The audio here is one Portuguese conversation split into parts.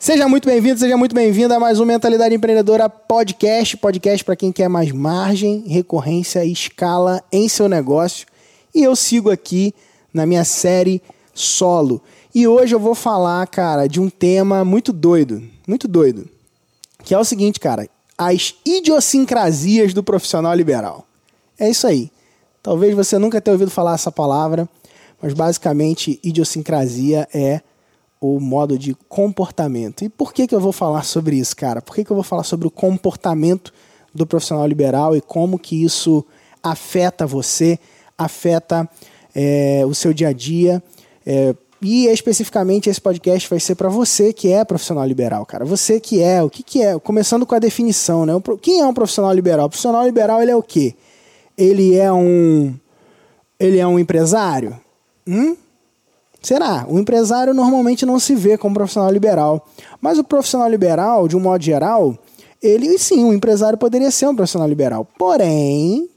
Seja muito bem-vindo, seja muito bem-vinda a mais um Mentalidade Empreendedora Podcast. Podcast para quem quer mais margem, recorrência e escala em seu negócio. E eu sigo aqui na minha série solo. E hoje eu vou falar, cara, de um tema muito doido, que é o seguinte, cara, as idiosincrasias do profissional liberal. É isso aí. Talvez você nunca tenha ouvido falar essa palavra, mas basicamente idiosincrasia é o modo de comportamento. E por que eu vou falar sobre isso, cara? Por que eu vou falar sobre o comportamento do profissional liberal e como que isso afeta você, afeta o seu dia a dia. E especificamente esse podcast vai ser para você que é profissional liberal, cara. Você que é, o que é? Começando com a definição, né? Quem é um profissional liberal? O profissional liberal, ele é o quê? Ele é um empresário? Será? O empresário normalmente não se vê como profissional liberal. Mas o profissional liberal, de um modo geral, o empresário poderia ser um profissional liberal. Porém,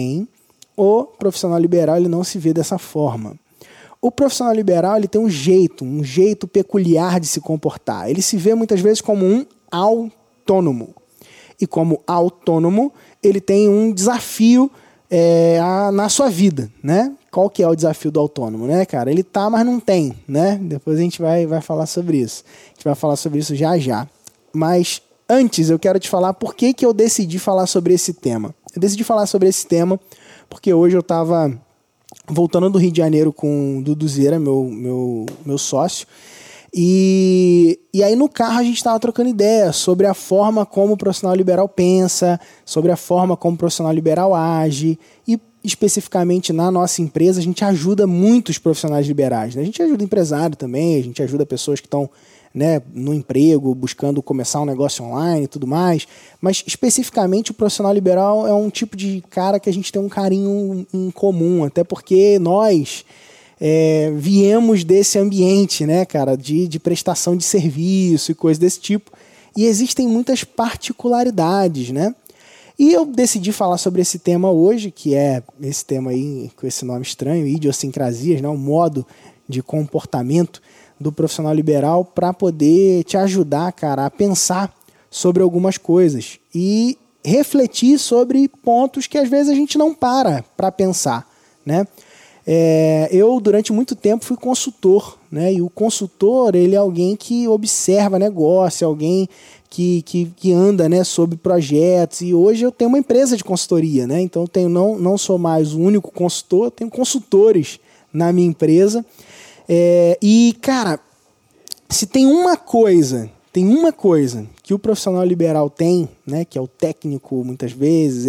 o profissional liberal ele não se vê dessa forma. O profissional liberal ele tem um jeito peculiar de se comportar. Ele se vê muitas vezes como um autônomo. E como autônomo, ele tem um desafio na sua vida, né? Qual que é o desafio do autônomo, né, cara? Ele tá, mas não tem, né? Depois a gente vai falar sobre isso. A gente vai falar sobre isso já. Mas antes eu quero te falar por que eu decidi falar sobre esse tema. Eu decidi falar sobre esse tema porque hoje eu tava voltando do Rio de Janeiro com o Duduzeira, meu sócio, e aí no carro a gente estava trocando ideia sobre a forma como o profissional liberal pensa, sobre a forma como o profissional liberal age, e especificamente na nossa empresa a gente ajuda muitos profissionais liberais, né? A gente ajuda empresário também, a gente ajuda pessoas que estão, né, no emprego, buscando começar um negócio online e tudo mais, mas especificamente o profissional liberal é um tipo de cara que a gente tem um carinho em comum, até porque nós viemos desse ambiente, né, cara, de prestação de serviço e coisas desse tipo, e existem muitas particularidades, né? E eu decidi falar sobre esse tema hoje, que é esse tema aí com esse nome estranho, idiosincrasias, né, o modo de comportamento do profissional liberal, para poder te ajudar, cara, a pensar sobre algumas coisas e refletir sobre pontos que às vezes a gente não para pensar, né? Eu, durante muito tempo, fui consultor, né? E o consultor, ele é alguém que observa negócio, alguém que anda, né, sobre projetos. E hoje eu tenho uma empresa de consultoria, né? Então eu não sou mais o único consultor, eu tenho consultores na minha empresa. E, cara, se tem uma coisa que o profissional liberal tem, né, que é o técnico, muitas vezes,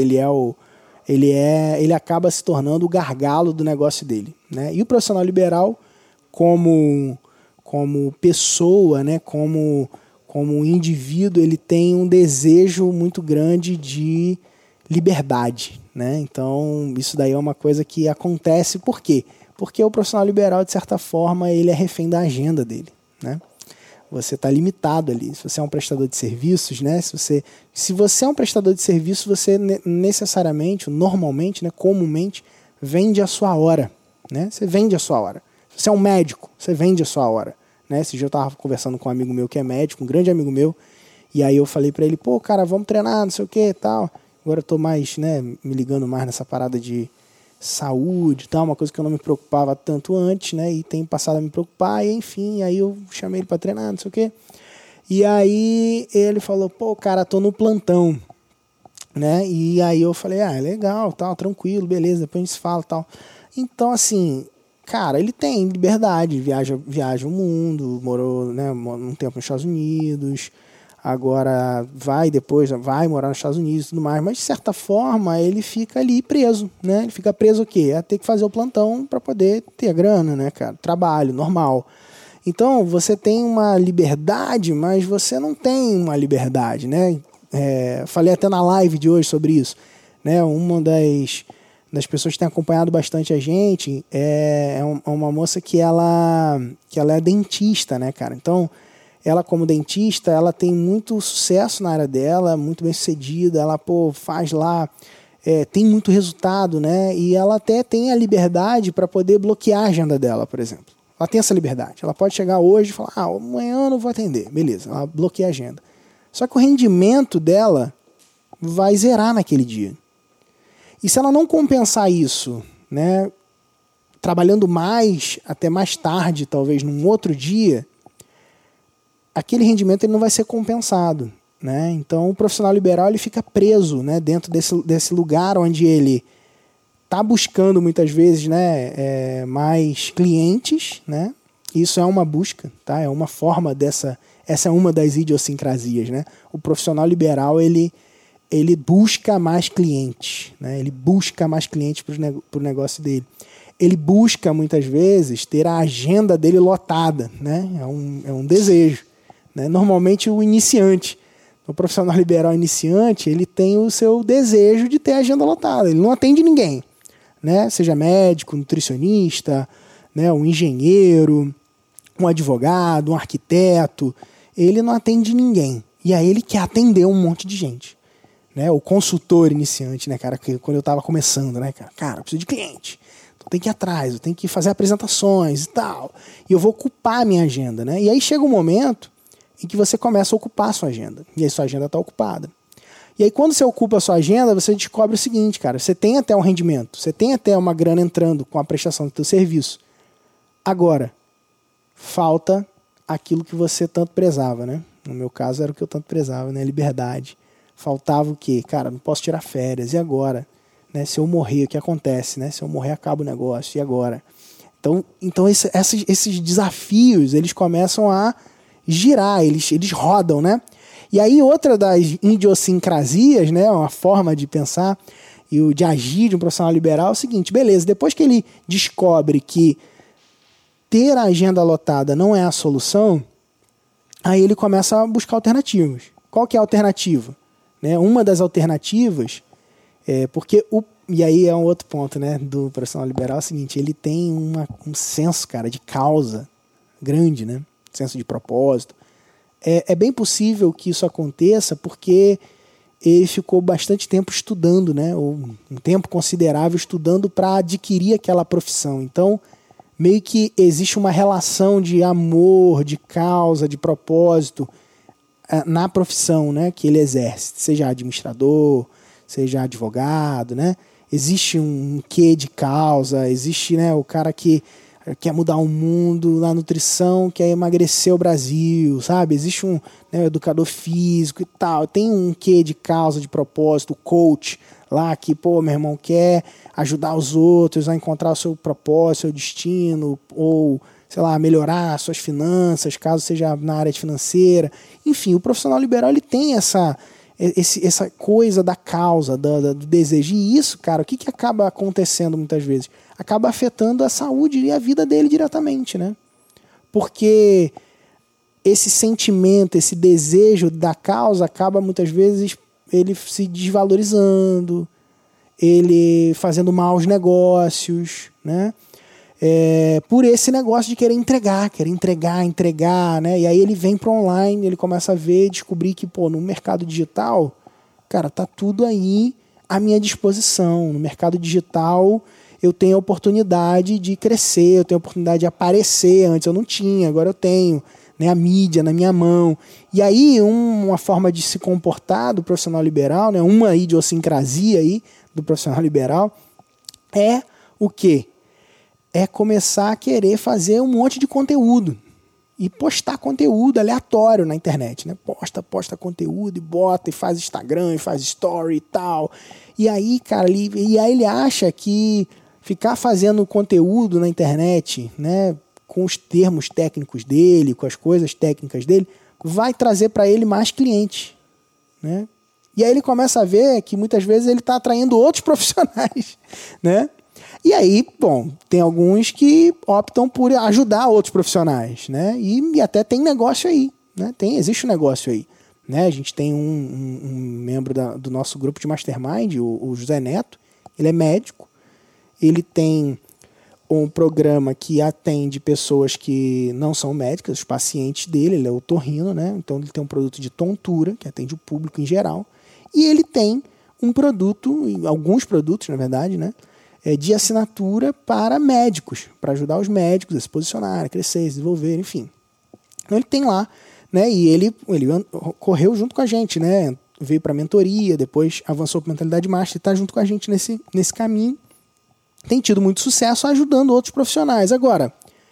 ele acaba se tornando o gargalo do negócio dele, né? E o profissional liberal, como pessoa, né, como indivíduo, ele tem um desejo muito grande de liberdade, né? Então, isso daí é uma coisa que acontece. Por quê? Porque o profissional liberal, de certa forma, ele é refém da agenda dele, né? Você está limitado ali. Se você é um prestador de serviços, né? Se você é um prestador de serviço, você necessariamente, normalmente, né, comumente, vende a sua hora, né? Você vende a sua hora. Se você é um médico, você vende a sua hora, né? Esse dia eu estava conversando com um amigo meu que é médico, um grande amigo meu, e aí eu falei para ele, pô, cara, vamos treinar, não sei o que e tal. Agora eu tô mais, né, me ligando mais nessa parada de saúde e tal, uma coisa que eu não me preocupava tanto antes, né, e tenho passado a me preocupar, e enfim, aí eu chamei ele para treinar, não sei o quê, e aí ele falou, pô, cara, tô no plantão, né, e aí eu falei, legal, tal, tranquilo, beleza, depois a gente se fala, tal. Então, assim, cara, ele tem liberdade, viaja o mundo, morou, né, um tempo nos Estados Unidos, agora depois vai morar nos Estados Unidos e tudo mais, mas de certa forma ele fica ali preso, né? Ele fica preso o quê? A ter que fazer o plantão para poder ter grana, né, cara? Trabalho, normal. Então você tem uma liberdade, mas você não tem uma liberdade, né? Falei até na live de hoje sobre isso, né? Uma das pessoas que tem acompanhado bastante a gente é uma moça que ela é dentista, né, cara? Então, ela como dentista, ela tem muito sucesso na área dela, muito bem sucedida, ela, faz lá, tem muito resultado, né? E ela até tem a liberdade para poder bloquear a agenda dela, por exemplo. Ela tem essa liberdade. Ela pode chegar hoje e falar, amanhã eu não vou atender. Beleza, ela bloqueia a agenda. Só que o rendimento dela vai zerar naquele dia. E se ela não compensar isso, né, trabalhando mais, até mais tarde, talvez num outro dia, aquele rendimento ele não vai ser compensado, né? Então o profissional liberal ele fica preso, né, dentro desse lugar onde ele está buscando muitas vezes, né, mais clientes, né? Isso é uma busca, tá? É uma forma essa é uma das idiosincrasias, né? O profissional liberal ele busca mais clientes, né? Ele busca mais clientes para o negócio dele. Ele busca muitas vezes ter a agenda dele lotada, né? É um desejo, né? Normalmente o iniciante, o profissional liberal iniciante, ele tem o seu desejo de ter a agenda lotada. Ele não atende ninguém, né? Seja médico, nutricionista, né? Um engenheiro, um advogado, um arquiteto, ele não atende ninguém. E aí ele quer atender um monte de gente, né? O consultor iniciante, né, cara, que quando eu estava começando, né, cara, eu preciso de cliente. Então tem que ir atrás, eu tenho que fazer apresentações e tal. E eu vou ocupar a minha agenda, né? E aí chega um momento em que você começa a ocupar a sua agenda. E aí sua agenda está ocupada. E aí quando você ocupa a sua agenda, você descobre o seguinte, cara, você tem até um rendimento, você tem até uma grana entrando com a prestação do seu serviço. Agora, falta aquilo que você tanto prezava, né? No meu caso era o que eu tanto prezava, né? Liberdade. Faltava o quê? Cara, não posso tirar férias, e agora? Né? Se eu morrer, o que acontece? Né? Se eu morrer, acaba o negócio, e agora? Então esses desafios, eles começam a girar, eles rodam, né? E aí outra das idiosincrasias, né? Uma forma de pensar e de agir de um profissional liberal é o seguinte, beleza, depois que ele descobre que ter a agenda lotada não é a solução, aí ele começa a buscar alternativas. Qual que é a alternativa? Né? Uma das alternativas, e aí é um outro ponto, né, do profissional liberal, é o seguinte, ele tem um senso, cara, de causa grande, né? Senso de propósito. É bem possível que isso aconteça porque ele ficou bastante tempo estudando, né? Ou um tempo considerável estudando para adquirir aquela profissão. Então, meio que existe uma relação de amor, de causa, de propósito na profissão, né, que ele exerce, seja administrador, seja advogado, né? Existe um quê de causa, existe, né, o cara que quer mudar o mundo na nutrição, quer emagrecer o Brasil, sabe? Existe um, né, educador físico e tal, tem um quê de causa, de propósito, o coach lá que, pô, meu irmão, quer ajudar os outros a encontrar o seu propósito, seu destino, ou sei lá, melhorar suas finanças, caso seja na área financeira. Enfim, o profissional liberal ele tem essa coisa da causa, do desejo. E isso, cara, o que acaba acontecendo muitas vezes? Acaba afetando a saúde e a vida dele diretamente, né? Porque esse sentimento, esse desejo da causa acaba muitas vezes ele se desvalorizando, ele fazendo maus negócios, né? Por esse negócio de querer entregar, né? E aí ele vem para online, ele começa a ver, descobrir que, pô, no mercado digital, cara, tá tudo aí à minha disposição. No mercado digital eu tenho a oportunidade de crescer, eu tenho a oportunidade de aparecer. Antes eu não tinha, agora eu tenho, né, a mídia na minha mão. E aí uma forma de se comportar do profissional liberal, né, uma idiosincrasia aí do profissional liberal é o quê? É começar a querer fazer um monte de conteúdo e postar conteúdo aleatório na internet, né? Posta conteúdo e bota e faz Instagram e faz story e tal. E aí, cara, ele acha que ficar fazendo conteúdo na internet, né, com os termos técnicos dele, com as coisas técnicas dele, vai trazer para ele mais clientes, né? E aí ele começa a ver que muitas vezes ele está atraindo outros profissionais, né? E aí, bom, tem alguns que optam por ajudar outros profissionais, né? E até tem negócio aí, né? Existe um negócio aí, né? A gente tem um membro do nosso grupo de Mastermind, o José Neto, ele é médico, ele tem um programa que atende pessoas que não são médicas, os pacientes dele, ele é otorrino, né? Então ele tem um produto de tontura, que atende o público em geral, e ele tem um produto, alguns produtos, na verdade, né? de assinatura para médicos, para ajudar os médicos a se posicionarem, a crescer, se desenvolver, enfim. Então ele tem lá, né, e ele correu junto com a gente, né, veio para mentoria, depois avançou para mentalidade master, está junto com a gente nesse caminho, tem tido muito sucesso ajudando outros profissionais. Agora,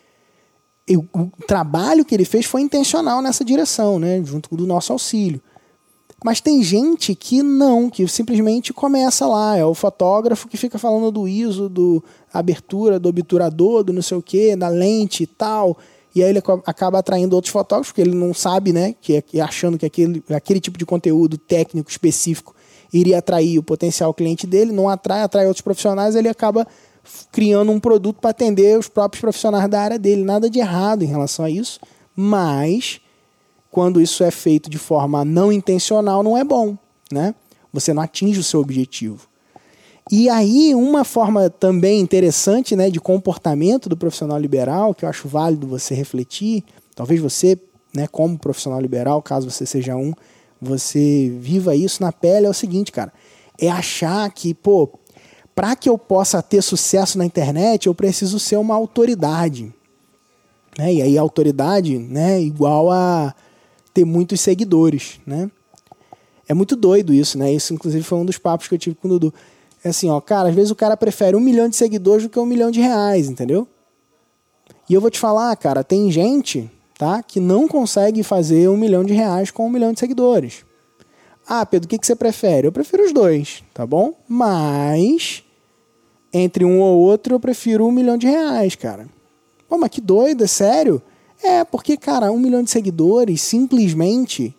o trabalho que ele fez foi intencional nessa direção, né, junto do nosso auxílio. Mas tem gente que não, que simplesmente começa lá, é o fotógrafo que fica falando do ISO, do abertura, do obturador, do não sei o que, da lente e tal, e aí ele acaba atraindo outros fotógrafos, porque ele não sabe, né, achando que aquele tipo de conteúdo técnico específico iria atrair o potencial cliente dele, não atrai outros profissionais, ele acaba criando um produto para atender os próprios profissionais da área dele. Nada de errado em relação a isso, mas quando isso é feito de forma não intencional, não é bom, né? Você não atinge o seu objetivo. E aí, uma forma também interessante, né, de comportamento do profissional liberal, que eu acho válido você refletir, talvez você, né, como profissional liberal, caso você seja um, você viva isso na pele, é o seguinte, cara, é achar que, para que eu possa ter sucesso na internet, eu preciso ser uma autoridade. Né? E aí, autoridade, né, igual a ter muitos seguidores, né? É muito doido isso, né? Isso, inclusive, foi um dos papos que eu tive com o Dudu. É assim, cara, às vezes o cara prefere 1 milhão de seguidores do que R$1 milhão, entendeu? E eu vou te falar, cara, tem gente, tá, que não consegue fazer R$1 milhão com 1 milhão de seguidores. Ah, Pedro, o que você prefere? Eu prefiro os dois, tá bom? Mas, entre um ou outro, eu prefiro R$1 milhão, cara. Pô, mas que doido, é sério? Porque, cara, 1 milhão de seguidores, simplesmente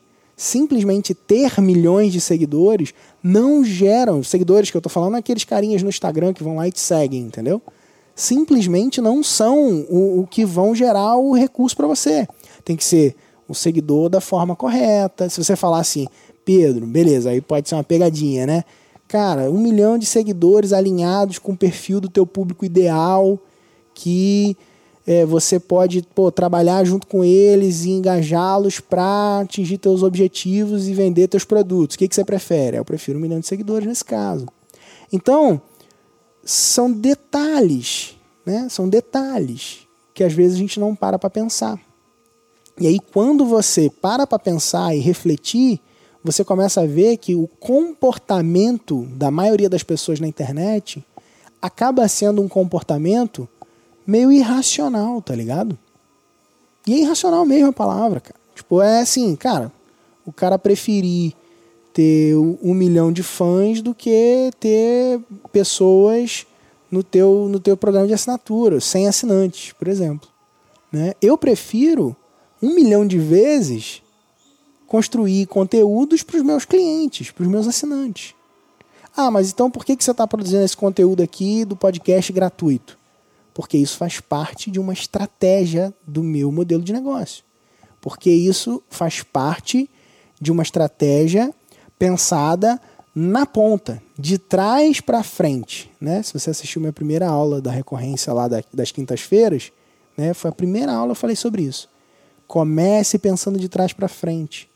ter milhões de seguidores não geram, seguidores que eu tô falando, aqueles carinhas no Instagram que vão lá e te seguem, entendeu? Simplesmente não são o que vão gerar o recurso para você. Tem que ser o seguidor da forma correta. Se você falar assim, Pedro, beleza, aí pode ser uma pegadinha, né? Cara, 1 milhão de seguidores alinhados com o perfil do teu público ideal, que você pode trabalhar junto com eles e engajá-los para atingir teus objetivos e vender teus produtos. O que você prefere? Eu prefiro 1 milhão de seguidores nesse caso. Então, são detalhes, né? São detalhes que às vezes a gente não para pensar. E aí, quando você para pensar e refletir, você começa a ver que o comportamento da maioria das pessoas na internet acaba sendo um comportamento meio irracional, tá ligado? E é irracional mesmo a palavra, cara. Tipo, é assim, cara, o cara preferir ter 1 milhão de fãs do que ter pessoas no teu programa de assinatura, sem assinantes, por exemplo. Né? Eu prefiro 1 milhão de vezes construir conteúdos para os meus clientes, para os meus assinantes. Ah, mas então por que você está produzindo esse conteúdo aqui do podcast gratuito? Porque isso faz parte de uma estratégia do meu modelo de negócio. Porque isso faz parte de uma estratégia pensada na ponta, de trás para frente. Né? Se você assistiu minha primeira aula da recorrência lá das quintas-feiras, né, foi a primeira aula que eu falei sobre isso. Comece pensando de trás para frente.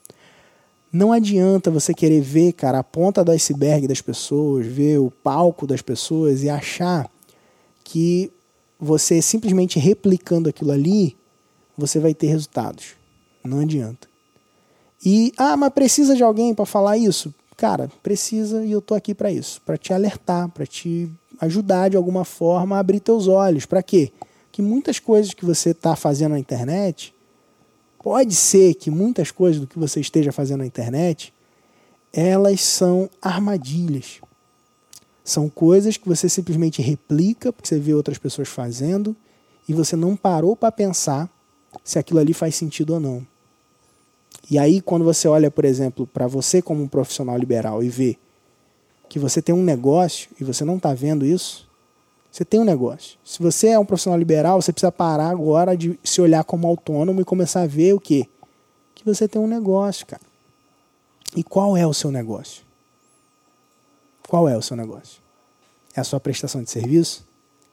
Não adianta você querer ver, cara, a ponta do iceberg das pessoas, ver o palco das pessoas e achar que você simplesmente replicando aquilo ali, você vai ter resultados. Não adianta. E, mas precisa de alguém para falar isso? Cara, precisa e eu tô aqui para isso. Para te alertar, para te ajudar de alguma forma a abrir teus olhos. Para quê? Que muitas coisas que você está fazendo na internet, pode ser que muitas coisas do que você esteja fazendo na internet, elas são armadilhas. São coisas que você simplesmente replica, porque você vê outras pessoas fazendo, e você não parou para pensar se aquilo ali faz sentido ou não. E aí, quando você olha, por exemplo, para você como um profissional liberal e vê que você tem um negócio e você não está vendo isso, você tem um negócio. Se você é um profissional liberal, você precisa parar agora de se olhar como autônomo e começar a ver o quê? Que você tem um negócio, cara. E qual é o seu negócio? Qual é o seu negócio? É a sua prestação de serviço?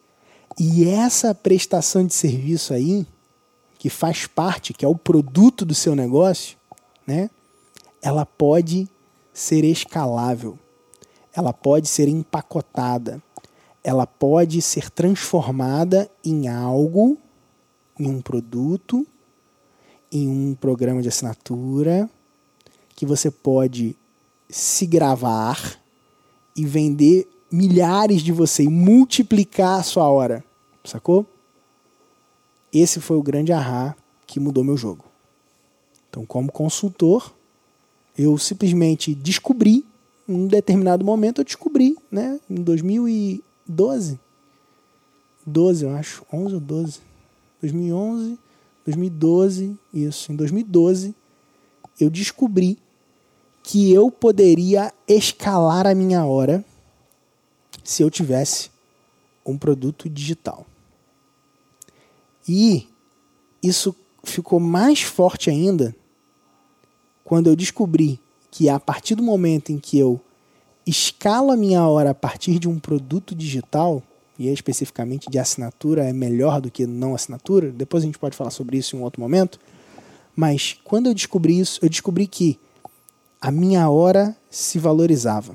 E essa prestação de serviço aí, que faz parte, que é o produto do seu negócio, né? Ela pode ser escalável. Ela pode ser empacotada. ela pode ser transformada em algo, em um produto, em um programa de assinatura, que você pode se gravar e vender milhares de você e multiplicar a sua hora, sacou? Esse foi o grande ahá que mudou meu jogo. Então, como consultor, eu simplesmente descobri, em um determinado momento eu descobri, né, em 2012, eu acho, 11 ou 12, 2011, 2012, isso, em 2012, eu descobri que eu poderia escalar a minha hora se eu tivesse um produto digital. E isso ficou mais forte ainda quando eu descobri que a partir do momento em que eu escalo a minha hora a partir de um produto digital, e especificamente de assinatura é melhor do que não assinatura, depois a gente pode falar sobre isso em um outro momento, mas quando eu descobri isso, eu descobri que a minha hora se valorizava.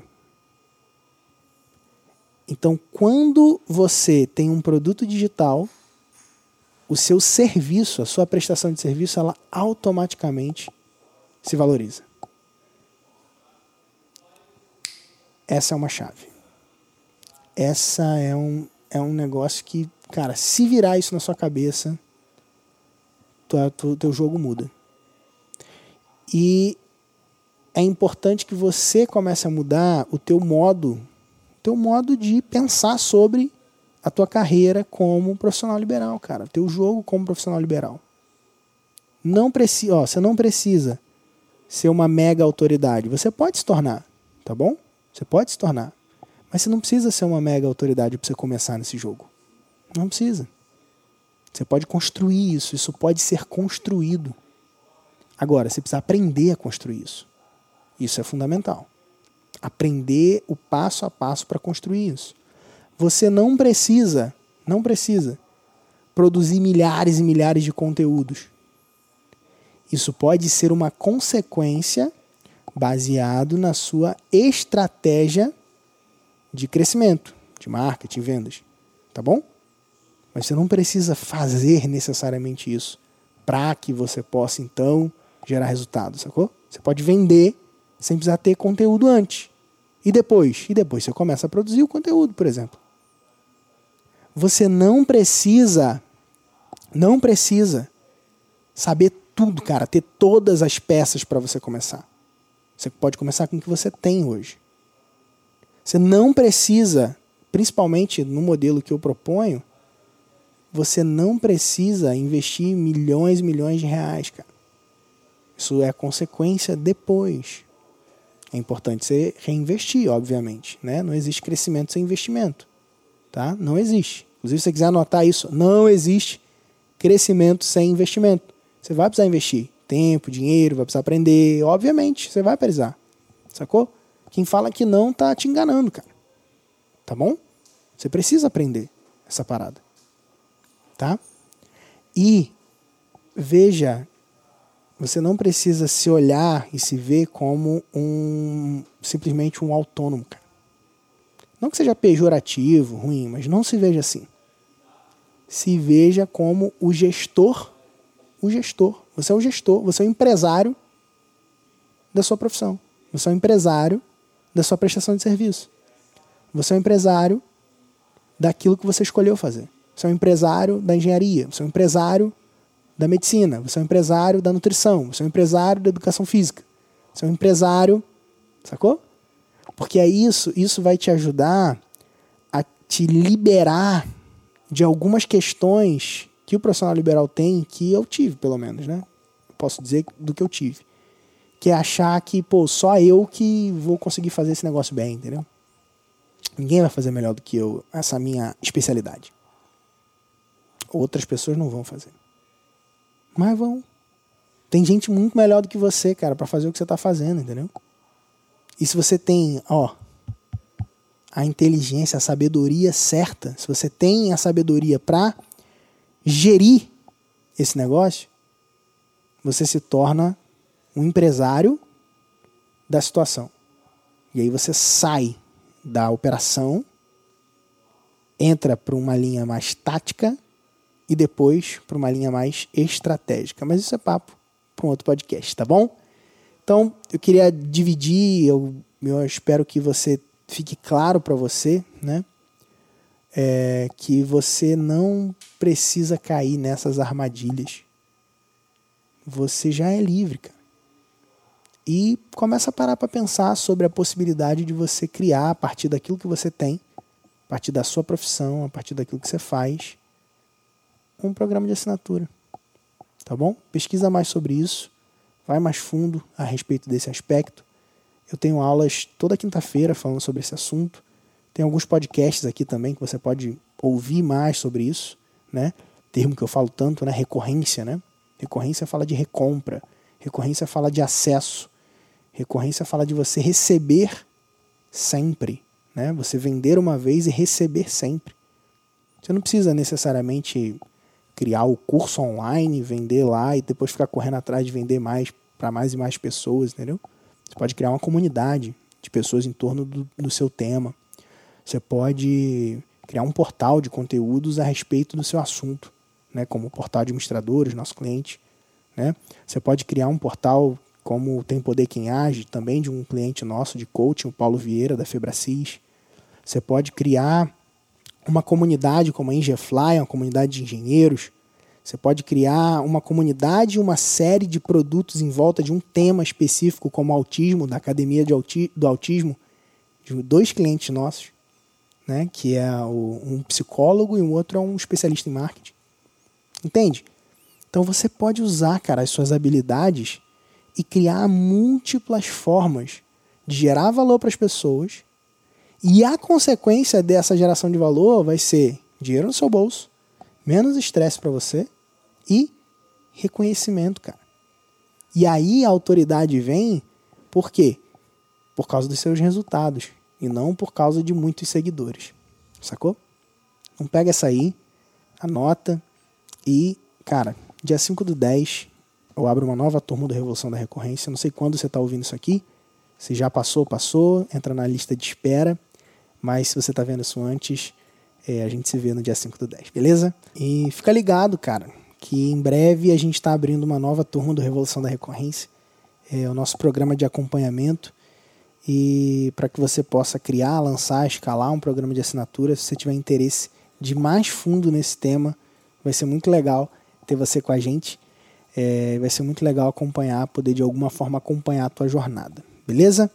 Então, quando você tem um produto digital, o seu serviço, a sua prestação de serviço, ela automaticamente se valoriza. Essa é uma chave. Essa é um negócio que, cara, se virar isso na sua cabeça, teu jogo muda. E é importante que você comece a mudar o teu modo de pensar sobre a tua carreira como profissional liberal, cara. O teu jogo como profissional liberal. Você não precisa ser uma mega autoridade. Você pode se tornar, tá bom? Você pode se tornar. Mas você não precisa ser uma mega autoridade para você começar nesse jogo. Não precisa. Você pode construir isso. Isso pode ser construído. Agora, você precisa aprender a construir isso. Isso é fundamental. Aprender o passo a passo para construir isso. Você não precisa produzir milhares e milhares de conteúdos. Isso pode ser uma consequência baseado na sua estratégia de crescimento, de marketing, vendas. Tá bom? Mas você não precisa fazer necessariamente isso para que você possa, então, gerar resultado, sacou? Você pode vender sem precisar ter conteúdo antes. E depois você começa a produzir o conteúdo, por exemplo. Você não precisa saber tudo, cara, ter todas as peças para você começar. Você pode começar com o que você tem hoje. Você não precisa, principalmente no modelo que eu proponho, você não precisa investir milhões e milhões de reais, cara. Isso é consequência depois. É importante você reinvestir, obviamente, né? Não existe crescimento sem investimento, tá? Não existe. Inclusive, se você quiser anotar isso, não existe crescimento sem investimento. Você vai precisar investir tempo, dinheiro, vai precisar aprender, obviamente, você vai precisar, sacou? Quem fala que não tá te enganando, cara. Tá bom? Você precisa aprender essa parada, tá? E veja, você não precisa se olhar e se ver como simplesmente um autônomo, cara. Não que seja pejorativo, ruim, mas não se veja assim. Se veja como o gestor. Você é o gestor, você é o empresário da sua profissão. Você é o empresário da sua prestação de serviço. Você é o empresário daquilo que você escolheu fazer. Você é o empresário da engenharia. Você é o empresário da medicina. Você é o empresário da nutrição. Você é o empresário da educação física. Você é um empresário, sacou? Porque é isso vai te ajudar a te liberar de algumas questões que o profissional liberal tem, que eu tive, pelo menos, né? Posso dizer do que eu tive. Que é achar que, só eu que vou conseguir fazer esse negócio bem, entendeu? Ninguém vai fazer melhor do que eu, essa minha especialidade. Outras pessoas não vão fazer. Mas vão. Tem gente muito melhor do que você, cara, para fazer o que você tá fazendo, entendeu? E se você tem, a inteligência, a sabedoria certa, se você tem a sabedoria para gerir esse negócio, você se torna um empresário da situação. E aí você sai da operação entra para uma linha mais tática e depois para uma linha mais estratégica. Mas isso é papo para um outro podcast, tá bom? Então, eu queria dividir, eu espero que você fique claro para você, né? Que você não precisa cair nessas armadilhas. Você já é livre, cara. E começa a parar para pensar sobre a possibilidade de você criar, a partir daquilo que você tem, a partir da sua profissão, a partir daquilo que você faz, um programa de assinatura. Tá bom? Pesquisa mais sobre isso, vai mais fundo a respeito desse aspecto. Eu tenho aulas toda quinta-feira falando sobre esse assunto. Tem alguns podcasts aqui também que você pode ouvir mais sobre isso, né? Termo que eu falo tanto, né? Recorrência, né? Recorrência fala de recompra. Recorrência fala de acesso. Recorrência fala de você receber sempre, né? Você vender uma vez e receber sempre. Você não precisa necessariamente criar o curso online, vender lá e depois ficar correndo atrás de vender mais para mais e mais pessoas, entendeu? Você pode criar uma comunidade de pessoas em torno do seu tema. Você pode criar um portal de conteúdos a respeito do seu assunto, né? Como o portal de administradores, nosso cliente, né? Você pode criar um portal como Tem Poder Quem Age, também de um cliente nosso de coaching, o Paulo Vieira, da Febracis. Você pode criar uma comunidade como a Ingefly, uma comunidade de engenheiros. Você pode criar uma comunidade, uma série de produtos em volta de um tema específico, como autismo, da Academia do Autismo, de 2 clientes nossos, né? Que é um psicólogo e o outro é um especialista em marketing. Entende? Então você pode usar, cara, as suas habilidades e criar múltiplas formas de gerar valor para as pessoas, e a consequência dessa geração de valor vai ser dinheiro no seu bolso, menos estresse para você e reconhecimento, cara. E aí a autoridade vem por quê? Por causa dos seus resultados e não por causa de muitos seguidores. Sacou? Então pega essa aí, anota e, cara, dia 5/10 eu abro uma nova turma do Revolução da Recorrência. Não sei quando você está ouvindo isso aqui. Se já passou, entra na lista de espera. Mas se você está vendo isso antes, a gente se vê no dia 5/10, beleza? E fica ligado, cara, que em breve a gente está abrindo uma nova turma do Revolução da Recorrência. É o nosso programa de acompanhamento. E para que você possa criar, lançar, escalar um programa de assinatura, se você tiver interesse de mais fundo nesse tema, vai ser muito legal ter você com a gente. Vai ser muito legal acompanhar, poder de alguma forma acompanhar a tua jornada, beleza?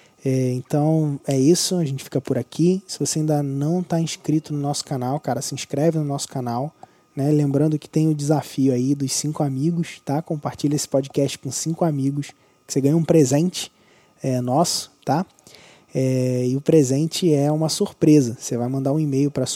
Então é isso, a gente fica por aqui. Se você ainda não está inscrito no nosso canal, cara, se inscreve no nosso canal, né? Lembrando que tem o desafio aí dos 5 amigos, tá? Compartilha esse podcast com 5 amigos, que você ganha um presente nosso, tá? E o presente é uma surpresa. Você vai mandar um e-mail para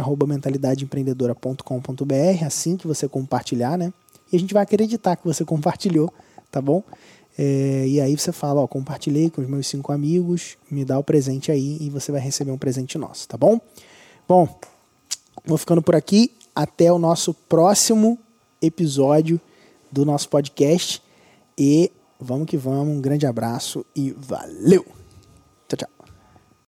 suporte@mentalidadeempreendedora.com.br assim que você compartilhar, né? E a gente vai acreditar que você compartilhou, tá bom? E aí você fala, ó, compartilhei com os meus 5 amigos, me dá o presente aí e você vai receber um presente nosso, tá bom? Bom, vou ficando por aqui. Até o nosso próximo episódio do nosso podcast. E vamos que vamos. Um grande abraço e valeu!